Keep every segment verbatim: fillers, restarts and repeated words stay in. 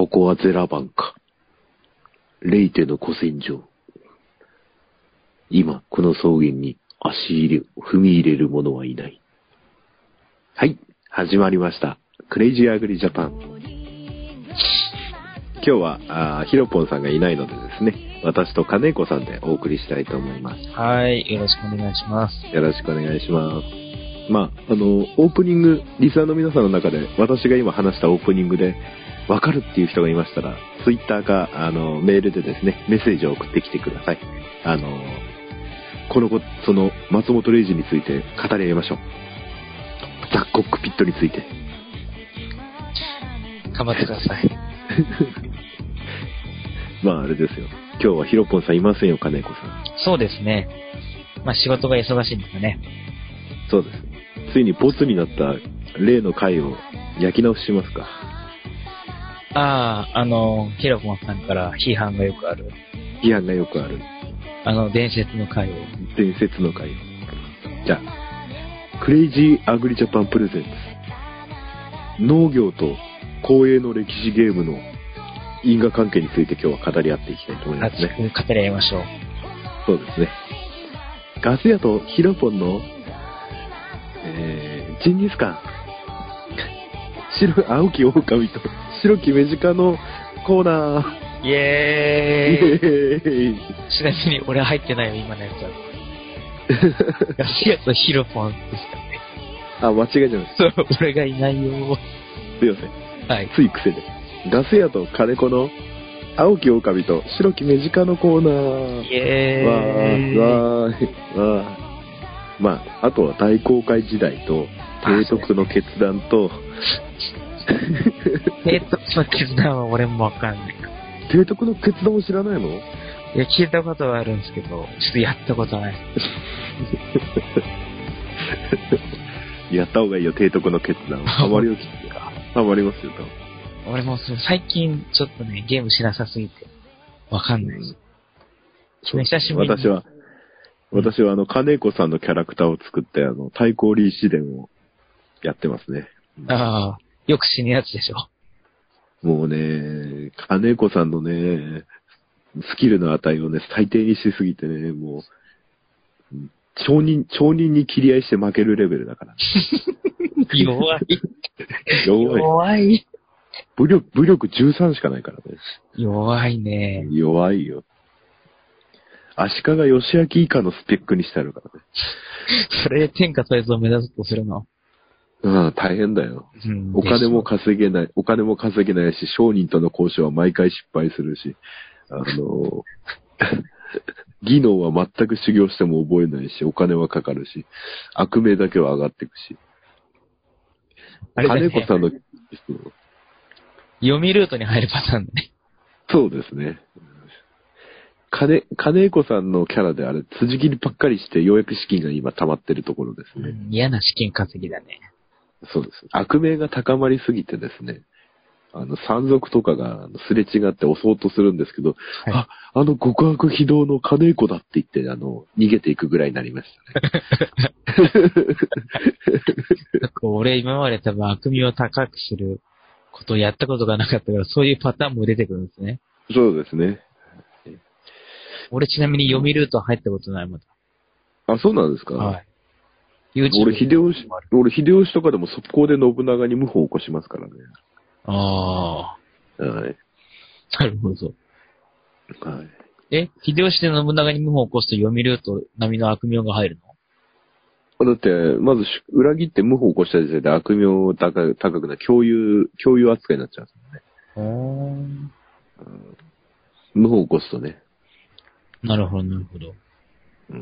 ここはゼラバンか。レイテの古戦場。今、この草原に足入れ、踏み入れる者はいない。はい、始まりました。クレイジーアグリジャパン。今日は、あヒロポンさんがいないのでですね、私と金子さんでお送りしたいと思います。 はい、よろしくお願いします。 よろしくお願いします。まあ、あの、オープニング、リスナーの皆さんの中で、私が今話したオープニングで、わかるっていう人がいましたら、ツイッターか、あの、メールでですね、メッセージを送ってきてください。あの、この子、その、松本零士について語り合いましょう。ザ・コックピットについて。 頑張ってください。 まあ、あれですよ。今日はヒロポンさんいませんよ、金子さん。 そうですね。まあ、仕事が忙しいんですよね。 そうです。ついにボツになった例の回を焼き直ししますか。 ああ、あの、ヒロポンさんから批判がよくある。 批判がよくある。 あの、伝説の回を。 伝説の回を。じゃあ、クレイジーアグリジャパンプレゼンツ。農業と公営の歴史ゲームの因果関係について今日は語り合っていきたいと思いますね。 熱く語り合いましょう。 そうですね。ガス屋とヒロポンの、えー、ジンギスカン。白、青き狼と白きメジカのコーナー。 イエーイ。 イエーイ。 ちなみに俺入ってないよ、今のやつは。ガス屋とヒロポンですかね。 あ、間違えちゃいました。 そう、俺がいないよ。 すいません。 はい。 つい癖で。ガス屋と金子の青き狼と白きメジカのコーナー。 イエーイ。 わー、わー、わー。まあ、あとは大航海時代と、提督の決断と、 提督の決断は俺もわかんない。 提督の決断を知らないの？ いや、聞いたことはあるんですけど、ちょっとやったことない。 やった方がいいよ、提督の決断。ハマりを切って。ハマりますよ、多分。 俺もそう最近ちょっとね、ゲームしなさすぎて、わかんないです。そう久しぶりに。 私は、私はあの、金子さんのキャラクターを作って、あの、対抗リー試練をやってますね。 ああ、よく死ぬやつでしょ。 もうね、金子さんのね、スキルの値をね、最低にしすぎてね、もう、町人、町人に切り合いして負けるレベルだから。 弱い。 弱い。 弱い。 武力、武力じゅうさんしかないからね。 弱いね。 弱いよ。足利義明以下のスペックにしてあるからね。 それで天下統一を目指すとするの。 うん、大変だよ。うん、お金も稼げない、お金も稼げないし、商人との交渉は毎回失敗するし、あの、技能は全く修行しても覚えないし、お金はかかるし、悪名だけは上がっていくし。あれだね、金子さんの、 読みルートに入るパターンだね。 そうですね。金、金子さんのキャラであれ、辻切りばっかりして、ようやく資金が今溜まってるところですね。 うん、嫌な資金稼ぎだね。 そうです。悪名が高まりすぎてですね、あの、山賊とかがすれ違って襲おうとするんですけど、はい、あ、あの極悪非道の金子だって言って、あの、逃げていくぐらいになりましたね。 俺今まで多分悪名を高くすることをやったことがなかったから、そういうパターンも出てくるんですね。 そうですね。 俺ちなみに読みルート入ったことないもん。 あ、そうなんですか？はい。 俺、 秀吉、俺、秀吉とかでも速攻で信長に謀反を起こしますからね。 ああ。 はい。 なるほど。 はい。 え、秀吉で信長に謀反を起こすと読みルート並みの悪名が入るの？ だって、まず、裏切って謀反を起こした時点で悪名高く、高くな、共有、共有扱いになっちゃうんですよね。 ああ。 謀反を起こすとね。 なるほど、なるほど。 うん。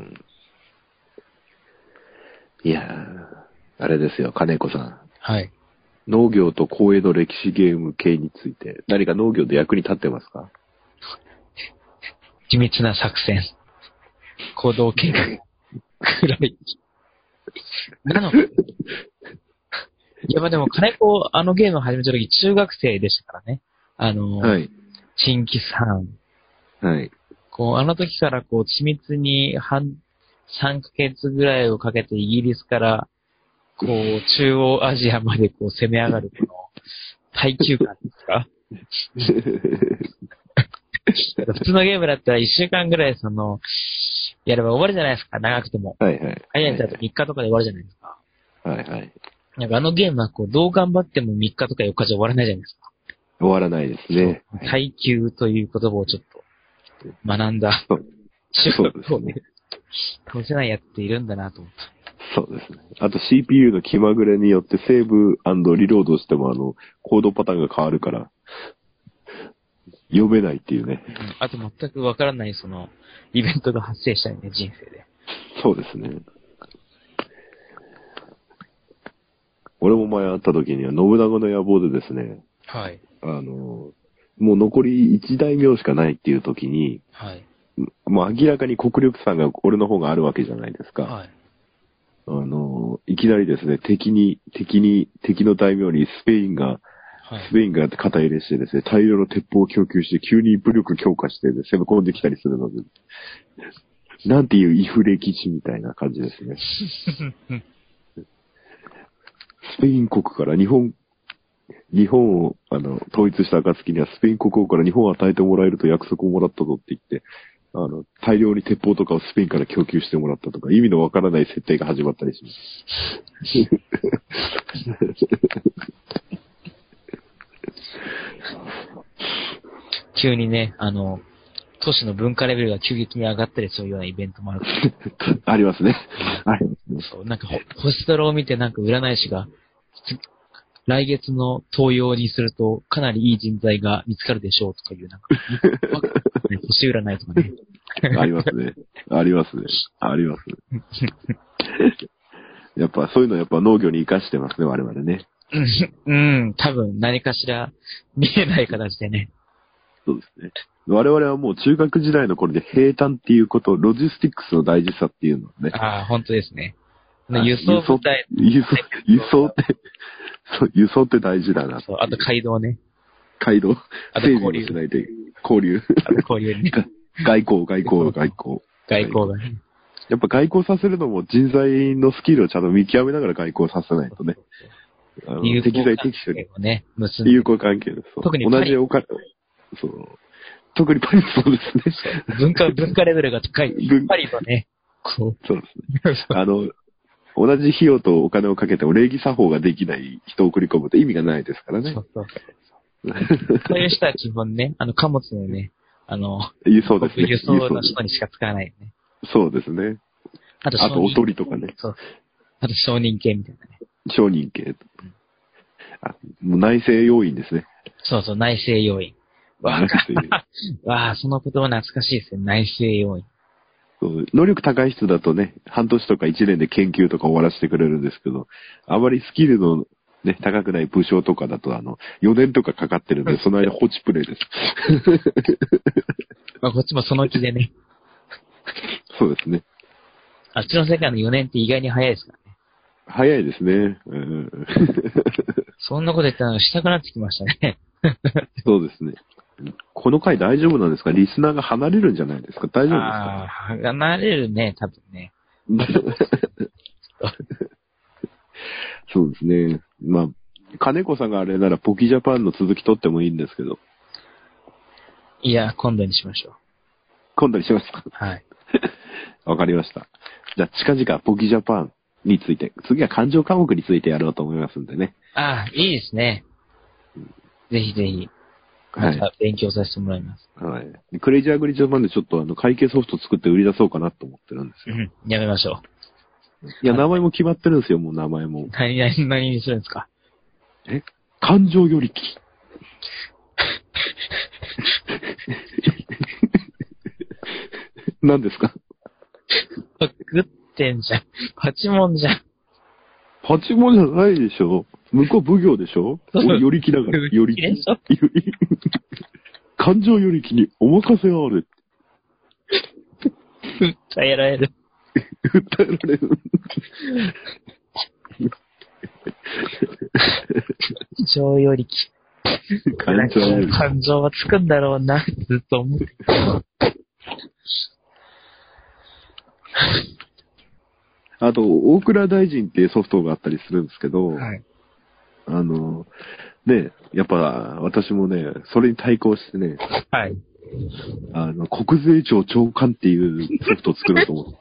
いやー、あれですよ、金子さん。 はい。 農業と公営の歴史ゲーム系について、何か農業で役に立ってますか？ 緻密な作戦。行動計画。くらい。なのいや、まあでも、金子、あのゲームを始めた時中学生でしたからね。あの、 はい。 チンキさん。 はい。 こう、あの時からこう、緻密に半、さんかげつぐらいをかけてイギリスから、こう、中央アジアまでこう、攻め上がるこの、耐久感ですか？ 普通のゲームだったらいっしゅうかんぐらいその、やれば終わるじゃないですか、長くても。 はいはい。 早いやつだとみっかとかで終わるじゃないですか。 はいはい。 なんかあのゲームはこう、どう頑張ってもみっかとかよっかじゃ終わらないじゃないですか。 終わらないですね。 耐久という言葉をちょっと学んだ。 そうそうですね。 倒せないやつっているんだなと思った。 そうですね。あと シーピーユー の気まぐれによってセーブ&リロードしてもあの、コードパターンが変わるから、読めないっていうね。 うん、あと全くわからないその、イベントが発生したりね、人生で。 そうですね。俺も前会った時には、信長の野望でですね、 はい。 あの、もう残りいち大名しかないっていう時に、 はい。 もう明らかに国力差が俺の方があるわけじゃないですか。 はい。 あの、いきなりですね、敵に、敵に、敵の大名にスペインが、はい、スペインが肩入れしてですね、大量の鉄砲を供給して急に武力強化して、ね、攻め込んできたりするので、なんていうイフレ基地みたいな感じですね。スペイン国から日本、日本をあの統一した暁にはスペイン国王から日本を与えてもらえると約束をもらったぞって言って、あの、大量に鉄砲とかをスペインから供給してもらったとか、意味のわからない設定が始まったりします。 急にね、あの、都市の文化レベルが急激に上がったりするようなイベントもある。 ありますね。ありますね。 そう、なんか星空を見てなんか占い師が、来月の東洋にするとかなりいい人材が見つかるでしょうとかいう、なんか、星占いとかね。 ありますね。ありますね。あります。やっぱそういうのやっぱ農業に活かしてますね、我々ね。 うん、多分何かしら見えない形でね。 そうですね。我々はもう中学時代の頃で平坦っていうこと、ロジスティックスの大事さっていうのをね。 ああ、本当ですね。輸送部隊。 輸送、輸送って、そう、輸送って大事だな。 そう、あと街道ね。 街道。あと交流。しないで、交流。 あと交流ね。 外交、外交、外交。 外交がね。 やっぱ外交させるのも人材のスキルをちゃんと見極めながら外交させないとね。あの適材適所に。 ね、 友好関係です。 特に同じお金、そう。特にパリそうですね。文化、文化レベルが高い。パリはね、こう。そうですね。あの、同じ費用とお金をかけても礼儀作法ができない人を送り込むと意味がないですからね。そうそうそう。そういう人は基本ね、あの貨物のね、あの、 輸送ですね。 輸送の人にしか使わないよね。 そうですね。あと、あとおとりとかね。 そう。あと承認系みたいなね。 承認系。あ、もう内政要員ですね。 そうそう、内政要員。わあ、わあ、その言葉懐かしいですね。内政要員。 そう能力高い人だとね、半年とかいちねんで研究とか終わらせてくれるんですけど、あまりスキルのね、高くない武将とかだと、あの、よねんとかかかってるんで、その間放置プレイです。 まあ、こっちもその気でね。 そうですね。 あっちの世界のよねんって意外に早いですからね。 早いですね。うん、 そんなこと言ったらしたくなってきましたね。 そうですね。この回大丈夫なんですか？リスナーが離れるんじゃないですか？大丈夫ですか？ ああ、離れるね、多分ね。 そうですね。まあ、金子さんがあれならポキジャパンの続き取ってもいいんですけど。 いや、今度にしましょう。 今度にしますか？ はい。わかりました。じゃあ近々ポキジャパンについて、次は感情科目についてやろうと思いますんでね。 ああ、いいですね。ぜひぜひ。また勉強させてもらいます。 はい。クレイジーアグリジャパンでちょっとあの会計ソフト作って売り出そうかなと思ってるんですよ。 うん。やめましょう。いや、名前も決まってるんですよ、もう名前も。 何、何、何にするんですか？ え？感情よりき。何ですか？ パクってんじゃん。パチモンじゃん。 パチモンじゃないでしょ。向こう奉行でしょ。俺、よりきだから。よりき。感情よりきにお任せある。 訴えられる。 訴えられる。 感情よりき。 感情よりき。 感情はつくんだろうな、ずっと思ってた。 あと、大倉大臣っていうソフトがあったりするんですけど、 はい、 あの、 ね、やっぱ私もね、それに対抗してね、 はい。 あの、国税庁長官っていうソフトを作ろうと思って。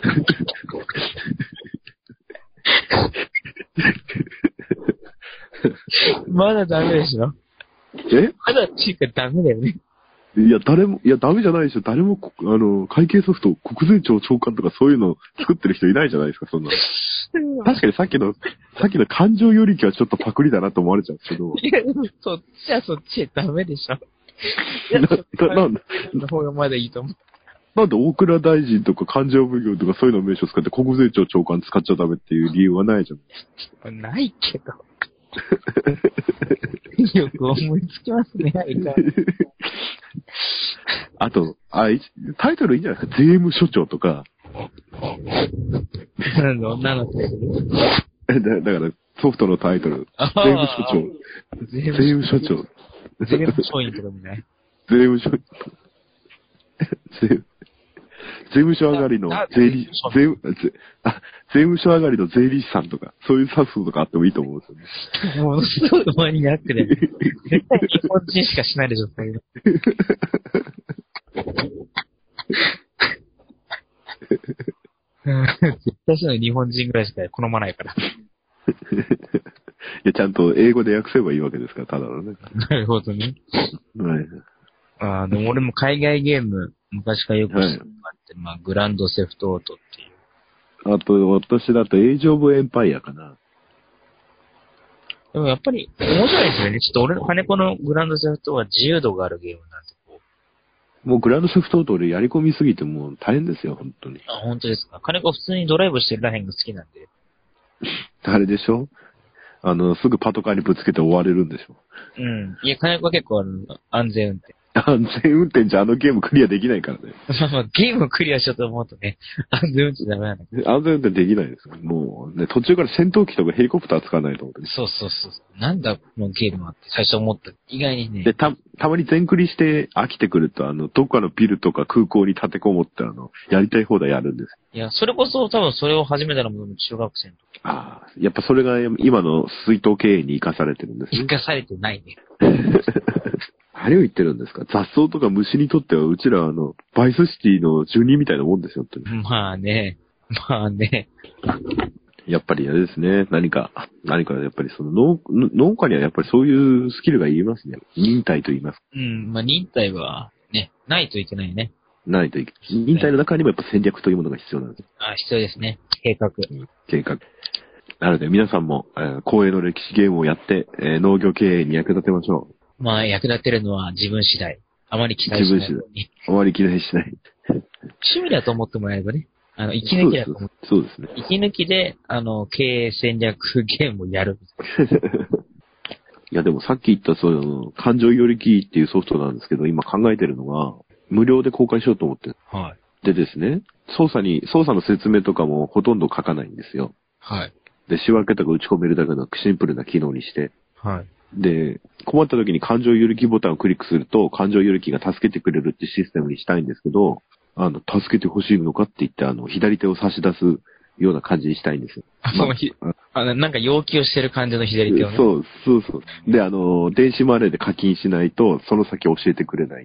まだダメでしょ？ え？ まだっていうかダメだよね。 いや、誰も、いや、ダメじゃないでしょ。誰も、あの、会計ソフト、国税庁長官とかそういうの作ってる人いないじゃないですか、そんなの。確かにさっきの、さっきの感情よりきはちょっとパクリだなと思われちゃうんですけど。 いや、でもそっちはそっちでダメでしょ。いや、 な、な、なんだ、 の方がまだいいと思う。 なんで大倉大臣とか勘定奉行とかそういうの名称使って国税庁長官使っちゃダメっていう理由はないじゃん。 ないけど。よく思いつきますね、あいつは。 あと、あ、タイトルいいんじゃないですか。税務署長とか。 何の、何のタイトル？ だだから、ソフトのタイトル。税務署長。税務署長。 税務署員とかもね。 税務署、税税務署上がりの税理、税務、税、あ、税務署上がりの税理士さんとか、そういうサスとかあってもいいと思うんですよね。 ものすごいマニアックで。絶対日本人しかしないでしょ、そういうの。絶対そういうの日本人ぐらいしか好まないから。 いや、ちゃんと英語で訳せばいいわけですから、ただのね。 なるほどね。 はい。 あでも俺も海外ゲーム、昔からよく知って、はい、まあ、グランドセフトオートっていう。 あと、私だとエイジオブエンパイアかな。 でもやっぱり面白いですよね。ちょっと俺の金子のグランドセフトは自由度があるゲームなんでこう。もうグランドセフトオート俺やり込みすぎてもう大変ですよ、本当に。 あ、本当ですか。金子普通にドライブしてるらへんが好きなんで。 あれでしょ？あの、すぐパトカーにぶつけて追われるんでしょ？ うん。いや、金子は結構あの、安全運転。 安全運転じゃあのゲームクリアできないからね。 まあまあ、ゲームクリアしようと思うとね、安全運転ダメなんだけど。 安全運転できないですよ。もう、ね、途中から戦闘機とかヘリコプター使わないと思って。 そうそうそう。なんだ、このゲームはって最初思った。意外にね。 で、た、たまに全クリして飽きてくると、あの、どっかのビルとか空港に立てこもって、あの、やりたい放題やるんです。 いや、それこそ多分それを始めたのも中学生の時。 ああ、やっぱそれが今の水筒経営に生かされてるんですね。 生かされてないね。 何を言ってるんですか？雑草とか虫にとってはうちらあの、バイスシティの住人みたいなもんですよ、本当に。 まあね。まあね。 やっぱりあれですね。何か、何かやっぱりその農、農家にはやっぱりそういうスキルがいりますね。忍耐と言います。 うん、まあ忍耐はね、ないといけないね。 ないといけない。忍耐の中にもやっぱ戦略というものが必要なんです。 あ、必要ですね。計画。 計画。なので皆さんも、えー、公営の歴史ゲームをやって、えー、農業経営に役立てましょう。 まあ、役立てるのは自分次第。あまり期待しない。自分次第。 あまり期待しない。 趣味だと思ってもらえればね。あの、息抜きだと思って。 そうですね。 息抜きで、あの、経営戦略ゲームをやる。 いや、でもさっき言ったその、感情よりきっていうソフトなんですけど、今考えてるのが、無料で公開しようと思ってる。 はい。 でですね、操作に、操作の説明とかもほとんど書かないんですよ。 はい。 で、仕分けとか打ち込めるだけのシンプルな機能にして。 はい。 で、困った時に感情揺るきボタンをクリックすると、感情揺るきが助けてくれるってシステムにしたいんですけど、あの、助けてほしいのかって言って、あの、左手を差し出すような感じにしたいんですよ。 あ、そのひ、あの、なんか要求してる感じの左手をね。 そう、そうそう。で、あの、電子マネーで課金しないと、その先教えてくれない。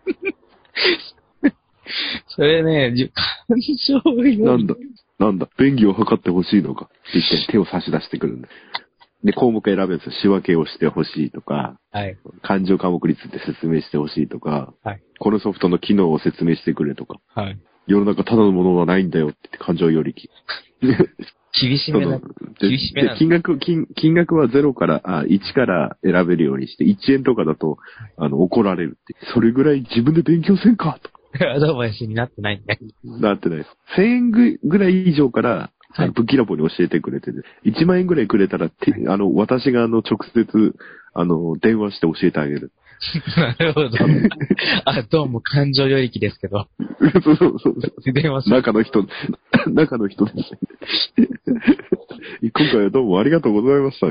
それね、感情揺るき。 なんだ、なんだ、便宜を図ってほしいのかって言って手を差し出してくるんです。で、項目選べるんですよ。仕分けをしてほしいとか、 はい。 勘定科目について説明してほしいとか、 はい。 このソフトの機能を説明してくれとか、 はい。 世の中ただのものはないんだよって言って感情よりき。 厳しめな。厳しめな。 で、金額、金、金額はゼロから、あ、いちから選べるようにして、いちえんとかだと、あの、怒られるって。それぐらい自分で勉強せんかと。 アドバイスになってないんだ。 なってないです。せんえんぐらい以上から、はい、武器ラボに教えてくれて、いちまんえんぐらいくれたら、あの、私があの、直接、あの、電話して教えてあげる。 なるほど。あ、どうも感情領域ですけど。 そうそうそう。 電話中の人、中の人です。今回はどうもありがとうございました。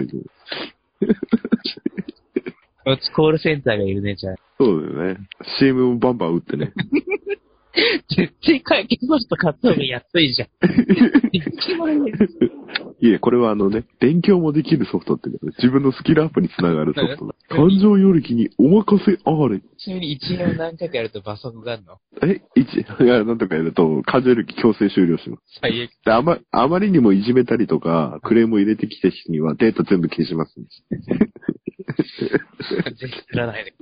コールセンターがいるね、じゃあ。 そうだよね。シーエム をバンバン打ってね。 絶対会計ソフト買った方が安いじゃん。一万円。 いえ、これはあのね、勉強もできるソフトっていうか、自分のスキルアップにつながるソフトだ。感情よりきにお任せあれ。 ちなみに一円を何回かやると罰則があるの？ え、一、いや、なんとかやると、感情よりき強制終了します。 最悪。 であま、あまりにもいじめたりとか、クレームを入れてきた人にはデータ全部消しますんです。 ぜひ知らないで。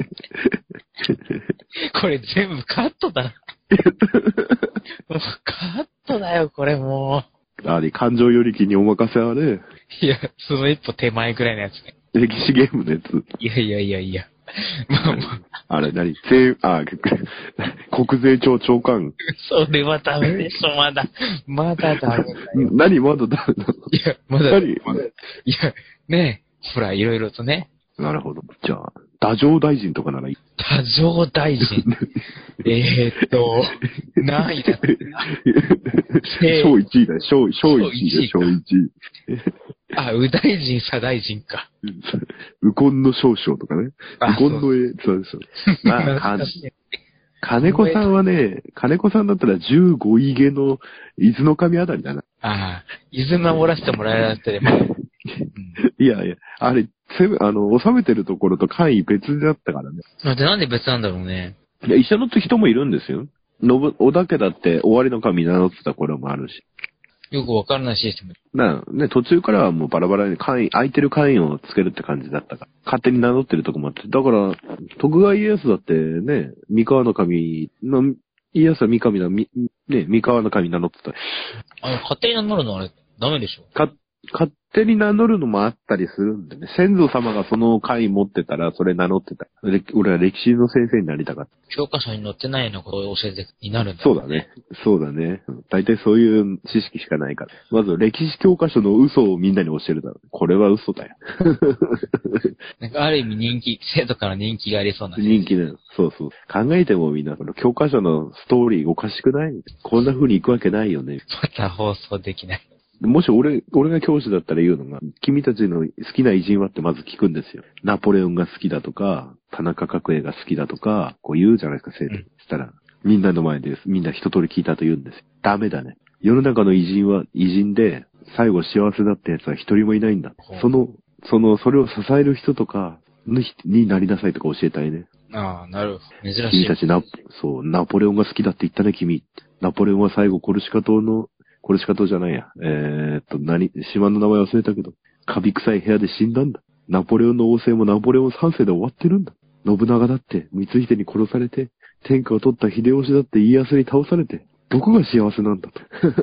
これ全部カットだな。もうカットだよ、これもう。あれ、感情よりきにお任せあれ。 う。いや、その一歩手前くらいのやつね。 歴史ゲームのやつ。 いやいやいやいや。まあまあ。 あれ、何税、あ、国税庁長官。 それはダメでしょ、まだ。まだダメだよ。 何まだダメなの？ いや、まだ。 何いや、ねえ、ほら、いろいろとね。 なるほど。じゃあ、太政大臣とかならいい。 太政大臣。えーっと、何位だった小一位だよ、小、小一位だよ、小一位。 あ、右大臣、左大臣か。 右近の少将とかね。右近の絵、そうです。まあ、か金子さんはね、金子さんだったらじゅうごいげの伊豆の神あたりだな。 ああ、伊豆守らせてもらえなってれば。 いやいや、あれ、せあの、収めてるところと範囲別だったからね。 だってなんで別なんだろうね。 いや、医者の人もいるんですよ。のぶ、小田家だって終わりの神名乗ってた頃もあるし。 よくわからないシステム。 なね、途中からはもうバラバラに会員、空いてる会員をつけるって感じだったから。勝手に名乗ってるとこもあって。だから、徳川家康だってね、三河の神の、家康は三神だ、み、ね、三河の神名乗ってた。 あ、勝手に名乗るのあれ、ダメでしょ？ か、勝手に名乗るのもあったりするんでね。先祖様がその会持ってたら、それ名乗ってた。で俺は歴史の先生になりたかった。 教科書に載ってないようなことを教えてになるんだ、 そうだね。そうだね。大体そういう知識しかないから。まず歴史教科書の嘘をみんなに教えるだろう。これは嘘だよ。 なんかある意味人気、生徒から人気がありそうな。 人気だよ。そうそう。考えてもみんな、この教科書のストーリーおかしくない？こんな風に行くわけないよね。 また放送できない。 もし俺、俺が教師だったら言うのが、君たちの好きな偉人はってまず聞くんですよ。ナポレオンが好きだとか、田中角栄が好きだとか、こう言うじゃないですか、生徒。うん、したら、みんなの前でみんな一通り聞いたと言うんですよ。ダメだね。世の中の偉人は偉人で、最後幸せだった奴は一人もいないんだ。その、その、それを支える人とかに、になりなさいとか教えたいね。 ああ、なるほど。珍しい。 君たちナ、そう、ナポレオンが好きだって言ったね、君。ナポレオンは最後コルシカ島の、コルシカ島じゃないや。えー、っと、何、島の名前忘れたけど、カビ臭い部屋で死んだんだ。ナポレオンの王政もナポレオンさん世で終わってるんだ。信長だって、光秀に殺されて、天下を取った秀吉だって家康に倒されて、どこが幸せなんだと。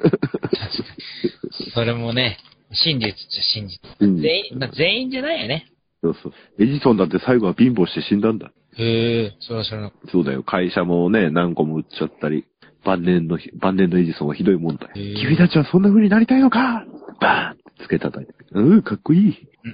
それもね、真実っちゃ真実。うん、全員、まあ、全員じゃないよね。 そうそう。エジソンだって最後は貧乏して死んだんだ。 へえ、それは知らなかった。 そうだよ。会社もね、何個も売っちゃったり。晩年の、晩年のエジソンはひどいもんだよ。君たちはそんな風になりたいのかバーンつけ叩いて。うん、かっこいい。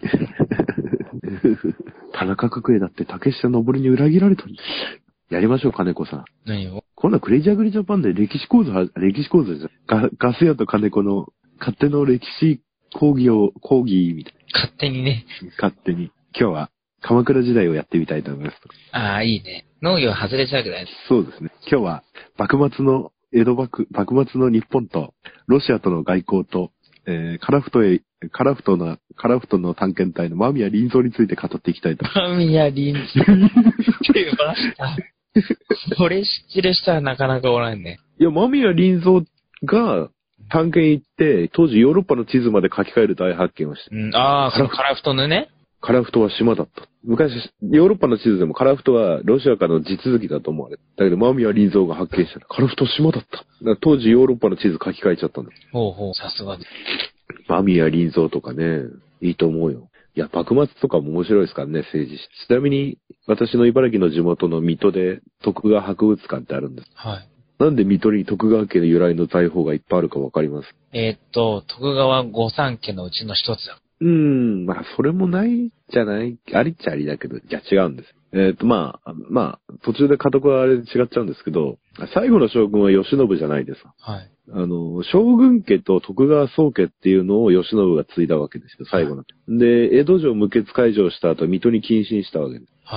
田中角栄だって竹下登に裏切られたんだ。やりましょう、金子さん。 何を？ 今度はクレイジーアグリジャパンで歴史講座、歴史講座じゃん。ガ、ガス屋と金子の勝手の歴史講義を、講義みたいな。 勝手にね。 勝手に。今日は鎌倉時代をやってみたいと思います。 ああ、いいね。農業外れちゃうけどね。 そうですね。今日は幕末の江戸幕、幕末の日本とロシアとの外交と、えー、カラフトへ、カラフトな、カラフトの探検隊の間宮林蔵について語っていきたいと。 間宮林蔵。出ました。それ知ってる人はなかなかおらんね。 いや、間宮林蔵が探検行って、当時ヨーロッパの地図まで書き換える大発見をして。 うん、ああ、そのカラフトのね。 カラフトは島だった。昔、ヨーロッパの地図でもカラフトはロシアからの地続きだと思われた。だけど、間宮林蔵が発見したら、カラフトは島だった。だから当時ヨーロッパの地図書き換えちゃったんだ。 ほうほう、さすがです。 間宮林蔵とかね、いいと思うよ。いや、幕末とかも面白いですからね、政治史。ちなみに、私の茨城の地元の水戸で徳川博物館ってあるんです。 はい。 なんで水戸に徳川家の由来の財宝がいっぱいあるかわかります？ えー、っと、徳川御三家のうちの一つだ。 うーん、まあ、それもないじゃない、ありっちゃありだけど、いや違うんです。えっと、まあ、まあ、途中で家督はあれ違っちゃうんですけど、最後の将軍は慶喜じゃないです。 はい。 あの、将軍家と徳川宗家っていうのを慶喜が継いだわけですよ、最後の。はい、で、江戸城無血開城した後、水戸に謹慎したわけです。 はい。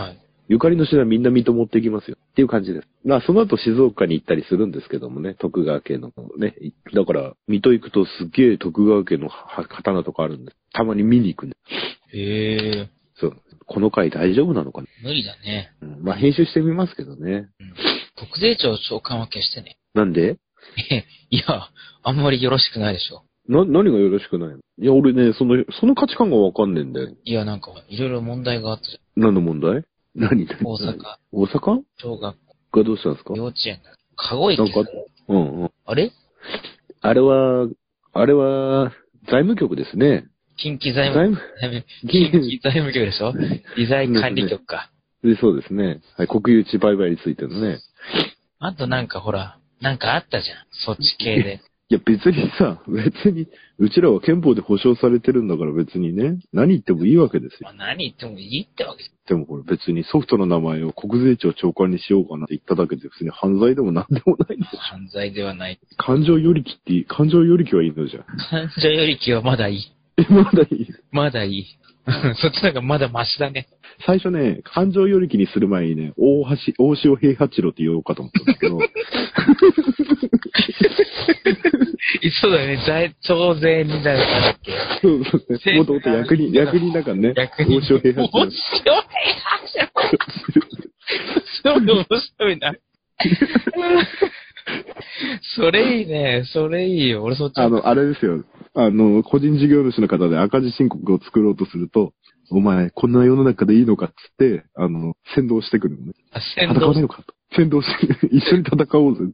ゆかりの品みんな水戸持ってきますよ。っていう感じです。まあ、その後静岡に行ったりするんですけどもね、徳川家のね。だから、水戸行くとすげえ徳川家の刀とかあるんで、たまに見に行くんで。 へえ。 そう。この回大丈夫なのかな？ 無理だね。 うん、まあ、編集してみますけどね。 うん。国税庁長官は消してね。 なんで？ いや、あんまりよろしくないでしょ。 な、何がよろしくないの？いや、俺ね、その、その価値観がわかんねえんだよ。 いや、なんか、いろいろ問題があったじ何の問題？何何？ 大阪。 大阪小学校。 がどうしたんですか？ 幼稚園だ。籠池。 なんか、うんうん。 あれあれは、あれは、財務局ですね。 近畿財務、財務近畿財務局でしょ？理財管理局か。 で、そうですね。はい、国有地売買についてのね。 あとなんかほら、なんかあったじゃん。そっち系で。 いや別にさ、別に、うちらは憲法で保障されてるんだから別にね、何言ってもいいわけですよ。 まあ、何言ってもいいってわけです。 でもこれ別にソフトの名前を国税庁長官にしようかなって言っただけで別に犯罪でもなんでもないんですよ。 犯罪ではない。 感情よりきっていい、感情よりきはいいのじゃ。 感情よりきはまだいい。 え、まだいい。 まだいい。そっちなんかまだマシだね。 最初ね、感情よりきにする前にね、大橋、大塩平八郎って言おうかと思ったんですけど。 そうだよね。在、徴税みたいなのだっけ。 そうそうね。もともと役人、役人だからね。 役人。 大塩平八郎。 大塩平八郎。それ面白いな。それいいね。それいいよ。俺そっち。 あの、あれですよ。あの、個人事業主の方で赤字申告を作ろうとすると、お前、こんな世の中でいいのかっつって、あの、先導してくるのね。 あ、先導戦わないのかと。先導して、一緒に戦おうぜって。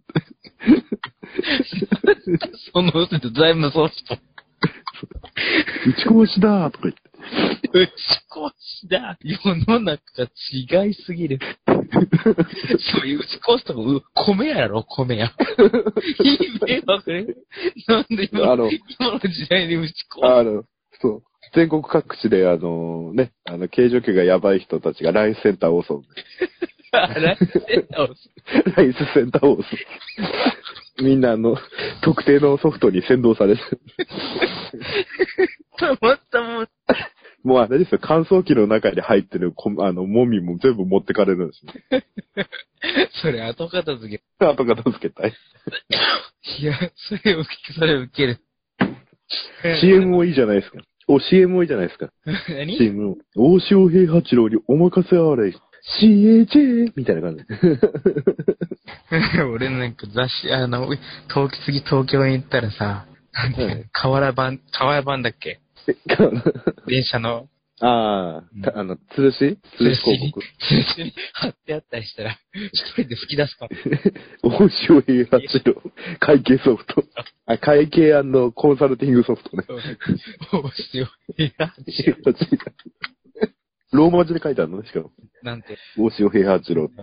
その、財務ソフト。 打ちこぼしだーとか言って。 打ちこぼしだ。世の中が違いすぎる。そういう打ちこぼすとこ、米屋やろ、米屋。いい迷惑ね。なんで今の、今の時代に打ちこぼす。 あの、そう。全国各地で、あの、ね、あの、軽除機がやばい人たちがライスセンターを襲う。 ライスセンターを襲う。ライスセンターを襲う。みんな、あの、特定のソフトに先導されてる。 たまたま。 もうあれですよ、乾燥機の中に入ってる、あの、もみも全部持ってかれるんですよ。 それ、後片付け。 後片付けたい。 いや、それを、それを受ける。 シーエム もいいじゃないですか。お、シーエム もいいじゃないですか。 何シーエム 大塩平八郎にお任せあれ。シーエイチエー みたいな感じ。 俺なんか雑誌、あの、東京、次東京に行ったらさ、河原版、河原版だっけ電車の。 ああ、うん、あの、吊るし吊るし広告。 吊るしに貼ってあったりしたら、一人で吹き出すかも。 大塩平八郎、会計ソフト。あ、会計&コンサルティングソフトね。 大塩平八郎。 ローマ字で書いてあるのね、しかも。 なんて。 大塩平八郎。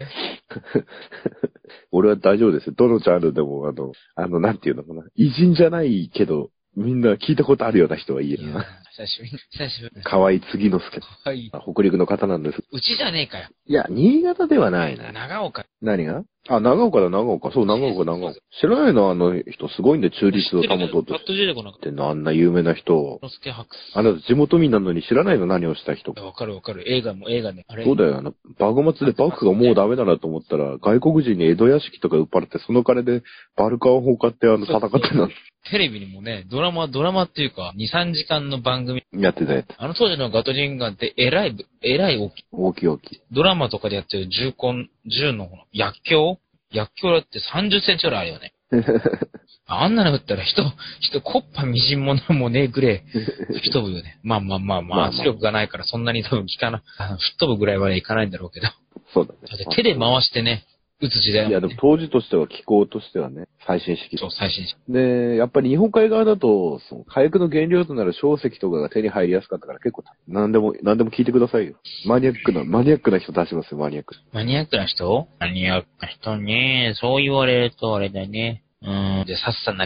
俺は大丈夫ですよ。どのジャンルでも、あの、あの、なんていうのかな。偉人じゃないけど、みんな聞いたことあるような人はいいよな。 久しぶり。久しぶり。 河合次之助。 はい。 北陸の方なんです。 うちじゃねえかよ。 いや、新潟ではないな。 長岡。 何があ、長岡だ、長岡。そう、長岡、長岡。知らないのあの人、すごいんで、中立を保とうと。 パッと出てこなかった。 あんな有名な人。あなた地元民なのに知らないの何をした人。 わかるわかる。映画も映画ね。あれ。 そうだよ。あの、幕末で幕府がもうダメだなと思ったら、外国人に江戸屋敷とか売っ払って、その金でバルカン砲買ってあの、戦ってた。 テレビにもね、ドラマ、ドラマっていうか、に、さんじかんの番組。 やってたやつ。 あの当時のガトリンガンって、えらい、えらい大きい。 大きい大きい。 ドラマとかでやってる銃痕、銃の薬莢薬莢だってさんじゅっセンチぐらいあるよね。あんなの撃ったら人、人、コッパみじんものもねえぐれ、吹き飛ぶよね。まあまあまあまあ、圧力がないからそんなに多分効かない。吹っ飛ぶぐらいはね、いかないんだろうけど。 そうだね。 だって手で回してね、撃つ時代だもんね。 いや、でも当時としては気候としてはね、最新式。 そう、最新式。 で、やっぱり日本海側だと、その火薬の原料となる硝石とかが手に入りやすかったから結構、何でも、何でも聞いてくださいよ。マニアックな、マニアックな人出しますよ、マニアック。 マニアックな人マニアックな人ね、そう言われるとあれだね。うーん、じゃあさっさなりまさ。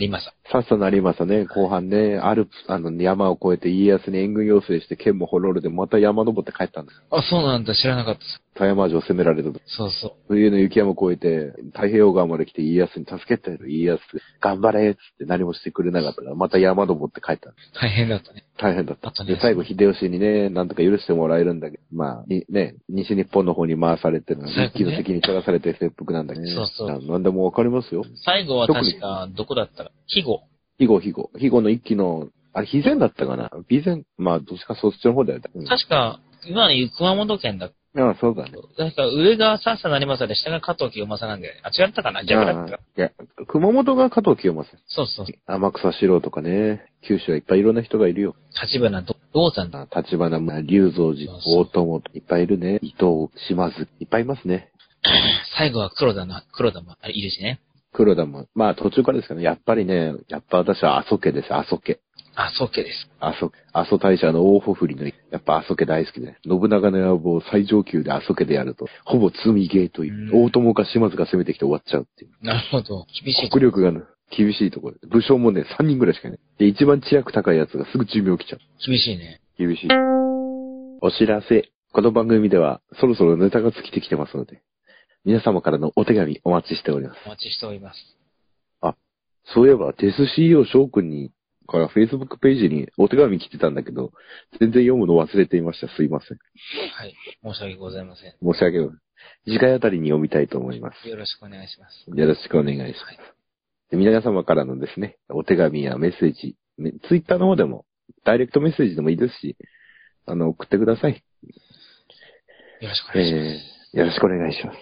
さっさなりましたね、後半ね、アルプス、あの、山を越えて家康に援軍要請して剣もほろろでまた山登って帰ったんです。 あ、そうなんだ、知らなかった。 田山城攻められたと。 そうそう。 冬の雪山を越えて、太平洋側まで来て家康に助けてやる。家康、頑張れっつって何もしてくれなかったから、また山登って帰ったんです。 大変だったね。 大変だった。 あとねで、最後秀吉にね、なんとか許してもらえるんだけど、まあ、にね、西日本の方に回されて、 ね一気の敵に取らされて切腹なんだけどね。 そうそうななんでもわかりますよ。 最後は確か、どこだったか。肥後。 肥後、肥後。肥後の一気の、あれ、肥前だったかな備前、まあ、どっちかそっちの方だよね。うん、 確か、今の言う熊本県だ。 ああ、そうだね。 確か、上がさっさなりまさで、下が加藤清正なんで、あ、違ったかな逆だったか。 いや、熊本が加藤清正。 そうそう。 天草四郎とかね、九州はいっぱいいろんな人がいるよ。 立花道山だ。 立花、龍蔵寺、大友、いっぱいいるね。伊藤、島津、いっぱいいますね。 最後は黒田な、黒田もあれいるしね。 黒田も、まあ途中からですかね。やっぱりね、やっぱ私は阿蘇家です、阿蘇家。 阿蘇家です。 阿蘇、阿蘇大社の大穂振りの、やっぱ阿蘇家大好きで、信長の野望最上級で阿蘇家でやると、ほぼ積みゲーという、大友か島津が攻めてきて終わっちゃうっていう。 なるほど。厳しい。 国力が厳しいところで。武将もね、さんにんぐらいしかいない。で、一番知略高いやつがすぐ寿命来ちゃう。 厳しいね。 厳しい。お知らせ。この番組では、そろそろネタが尽きてきてますので、皆様からのお手紙お待ちしております。 お待ちしております。 あ、そういえば、デス シーイーオー 翔くんに、から Facebook ページにお手紙来てたんだけど、全然読むの忘れていました。すいません。 はい。申し訳ございません。 申し訳ない。次回あたりに読みたいと思います。 よろしくお願いします。 よろしくお願いします。はい、で皆様からのですね、お手紙やメッセージ、ツイッターの方でも、ダイレクトメッセージでもいいですし、あの、送ってください。 よろしくお願いします。 えー、よろしくお願いします。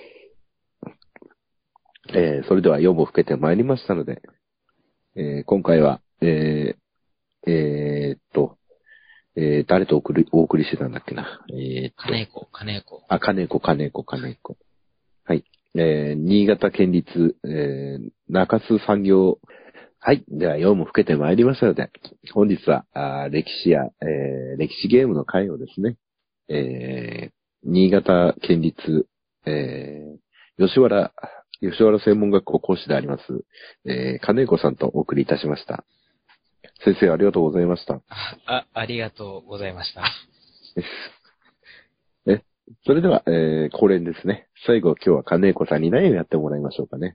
えー、それではよんも更けてまいりましたので、えー、今回は、えー、えー、っと、えー、誰とお送り、お送りしてたんだっけな。えー、っと。 金子、金子。 あ、金子、金子、金子。はい。えー、新潟県立、えー、中津産業。はい。では、よんも更けてまいりましたので、本日は、あ歴史や、えー、歴史ゲームの会をですね、えー、新潟県立、えー、吉原、吉原専門学校講師であります、えー、金子さんとお送りいたしました。先生、ありがとうございました。 あ、ありがとうございました。 え、それでは、えー、恒例ですね。最後、今日は金子さんに何をやってもらいましょうかね。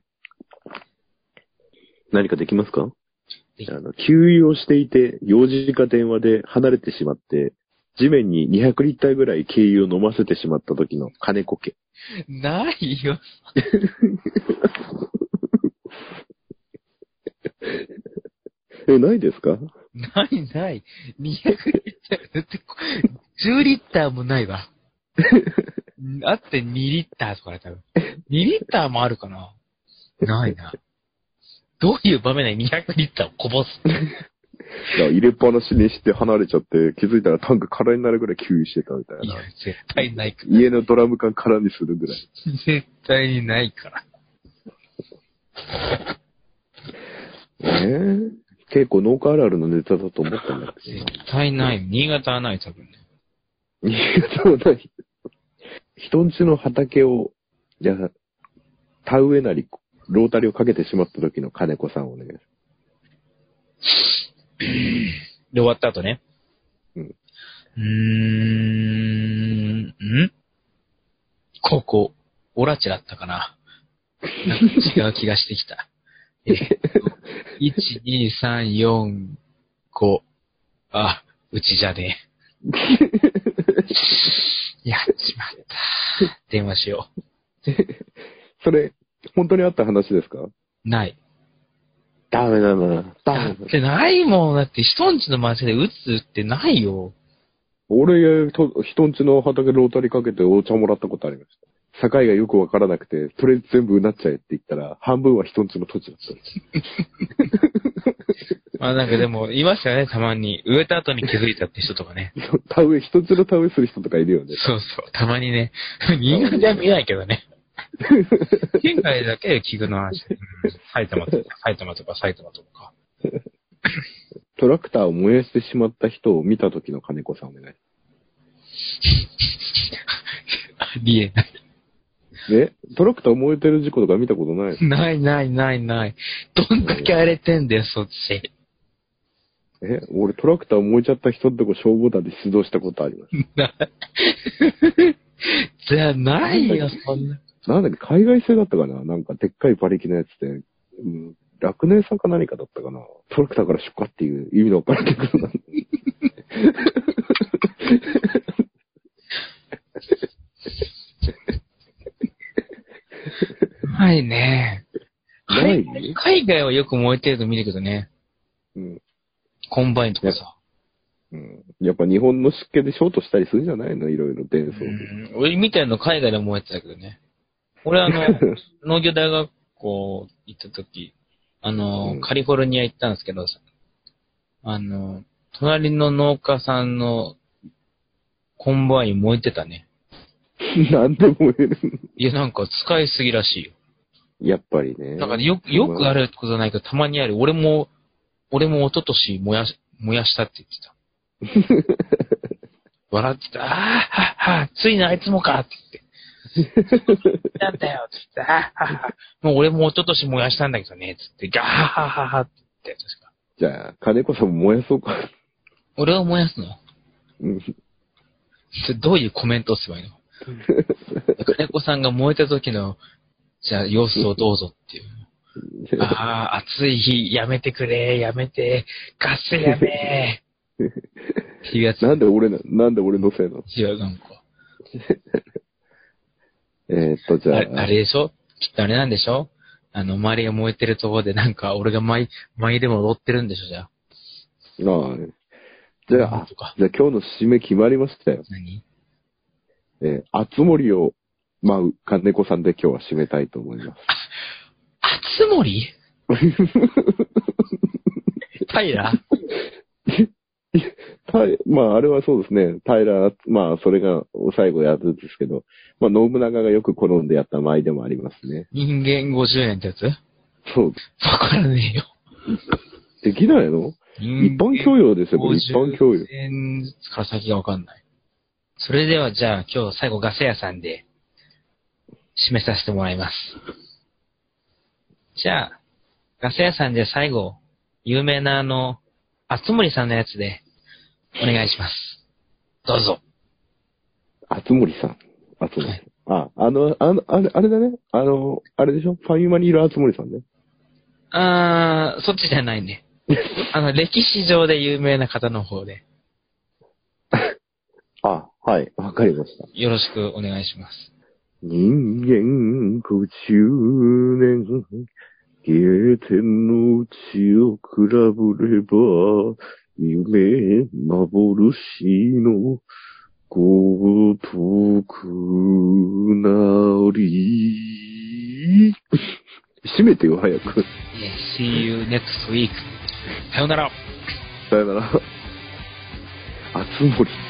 何かできますか？あの、給油をしていて、用事か電話で離れてしまって、地面ににひゃくリッターぐらい軽油を飲ませてしまった時の金子家。 ないよ。 え、ないですか？ ないない。にひゃくリッター、だって、じゅうリッターもないわ。あってにリッターとかね、多分。にリッターもあるかな？ないな。どういう場面でにひゃくリッターをこぼす？ いや入れっぱなしにして離れちゃって、気づいたらタンク空になるぐらい給油してたみたいな。 いや、絶対ないから。 家のドラム缶空にするぐらい。 絶対にないから。 えー、結構農家あるあるのネタだと思ったんだけど。 絶対ない。新潟はない、多分ね。 新潟はない。人んちの畑を、じゃあ、田植えなり、ロータリーをかけてしまった時の金子さんをお願いします。 で、終わった後ね。 うん。 うーん、んここ、オラチだったかな。なんか違う気がしてきた。えいち、に、さん、よん、ご。あ、うちじゃねえ。やっちまった。電話しよう。 それ、本当にあった話ですか？ ない。 ダメだな。ダメだ。 だってないもん。だって人んちの街で打つってないよ。 俺、と人んちの畑ロータリーかけてお茶もらったことありました。境がよくわからなくて、とりあえず全部うなっちゃえって言ったら、半分は人んちの土地だった。 まあなんかでも、いましたよね、たまに。植えた後に気づいたって人とかね。 田植え、人んちの田植えする人とかいるよね。 そうそう、たまにね。新潟では見ないけどね。県外だけ聞くの話。うん、埼玉とか、埼玉とか、埼玉とか。 トラクターを燃やしてしまった人を見た時の金子さんお願い。 ありえない。 ね、トラクター燃えてる事故とか見たことない？ ないないないない。どんだけ荒れてんだよ、そっち。 え、俺トラクター燃えちゃった人ってこ消防団で出動したことあります。 じゃあないよ、そんな。 なんだっけ、海外製だったかな、なんかでっかい馬力のやつで、うん、楽年さんか何かだったかな。トラクターから出荷っていう意味のわからないけどな。 ないね。 ない海海外はよく燃えてるの見るけどね。 うん。 コンバインとかさ。 うん。やっぱ日本の湿気でショートしたりするんじゃないの、いろいろ伝送。 うん。俺みたいなの海外で燃えてたけどね。俺あの、農業大学校行った時、あの、うん、カリフォルニア行ったんですけど、あの、隣の農家さんのコンバイン燃えてたね。 なんで燃えるの？ いや、なんか使いすぎらしいよ。 やっぱりね。 なんかよく、よくあることないけど、たまにある。俺も、俺も一昨年燃やし、燃やしたって言ってた。笑ってた。ああ、ははついにあいつもかって言って。なんだよって言って、ああ、はもう俺も一昨年燃やしたんだけどね、つって、ガーハハハって言って、確か。 じゃあ、金子さんも燃やそうか。 俺を燃やすの？ うん。 それどういうコメントをすればいいの？金子さんが燃えた時の、じゃあ様子をどうぞっていう。ああ、暑い日、やめてくれ、やめて、ガスやめー。っていうやつ。 なんで俺な、なんで俺のせいなの？ 違う、なんか。 えっと、じゃあ。 あ, あれでしょ？きっとあれなんでしょ？あの、周りが燃えてるところでなんか、俺が舞、舞でも踊ってるんでしょ、じゃあ。 ああ、ね。じゃあ、じゃあ今日の締め決まりましたよ。 何？ えー、あつ森を舞う金子さんで今日は締めたいと思います。 あつ森？平？ まあ、あれはそうですね。平、まあ、それが最後やるんですけど、まあ、信長がよく好んでやった舞でもありますね。 人間ごじゅうねんってやつ？ そう。 わからねえよ。 できないの？一般教養ですよ、これ一般教養。 ごじゅうねんから先がわかんない。それではじゃあ今日最後ガス屋さんで締めさせてもらいます。じゃあ、ガス屋さんで最後、有名なあの、あつ森さんのやつでお願いします。どうぞ。 あつ森さん。あつ森。はい、あ、あの、あの、あれ、あれだね。あの、あれでしょ？ファミマにいるあつ森さんね。 あー、そっちじゃないね。あの、歴史上で有名な方の方で。 あ、はい。わかりました。 よろしくお願いします。 人間ごじゅうねん、下天の地を比べれば、夢幻のごとくなり。閉めてよ、早く。 Yeah, see you next week. さよなら。 さよなら。あつ森。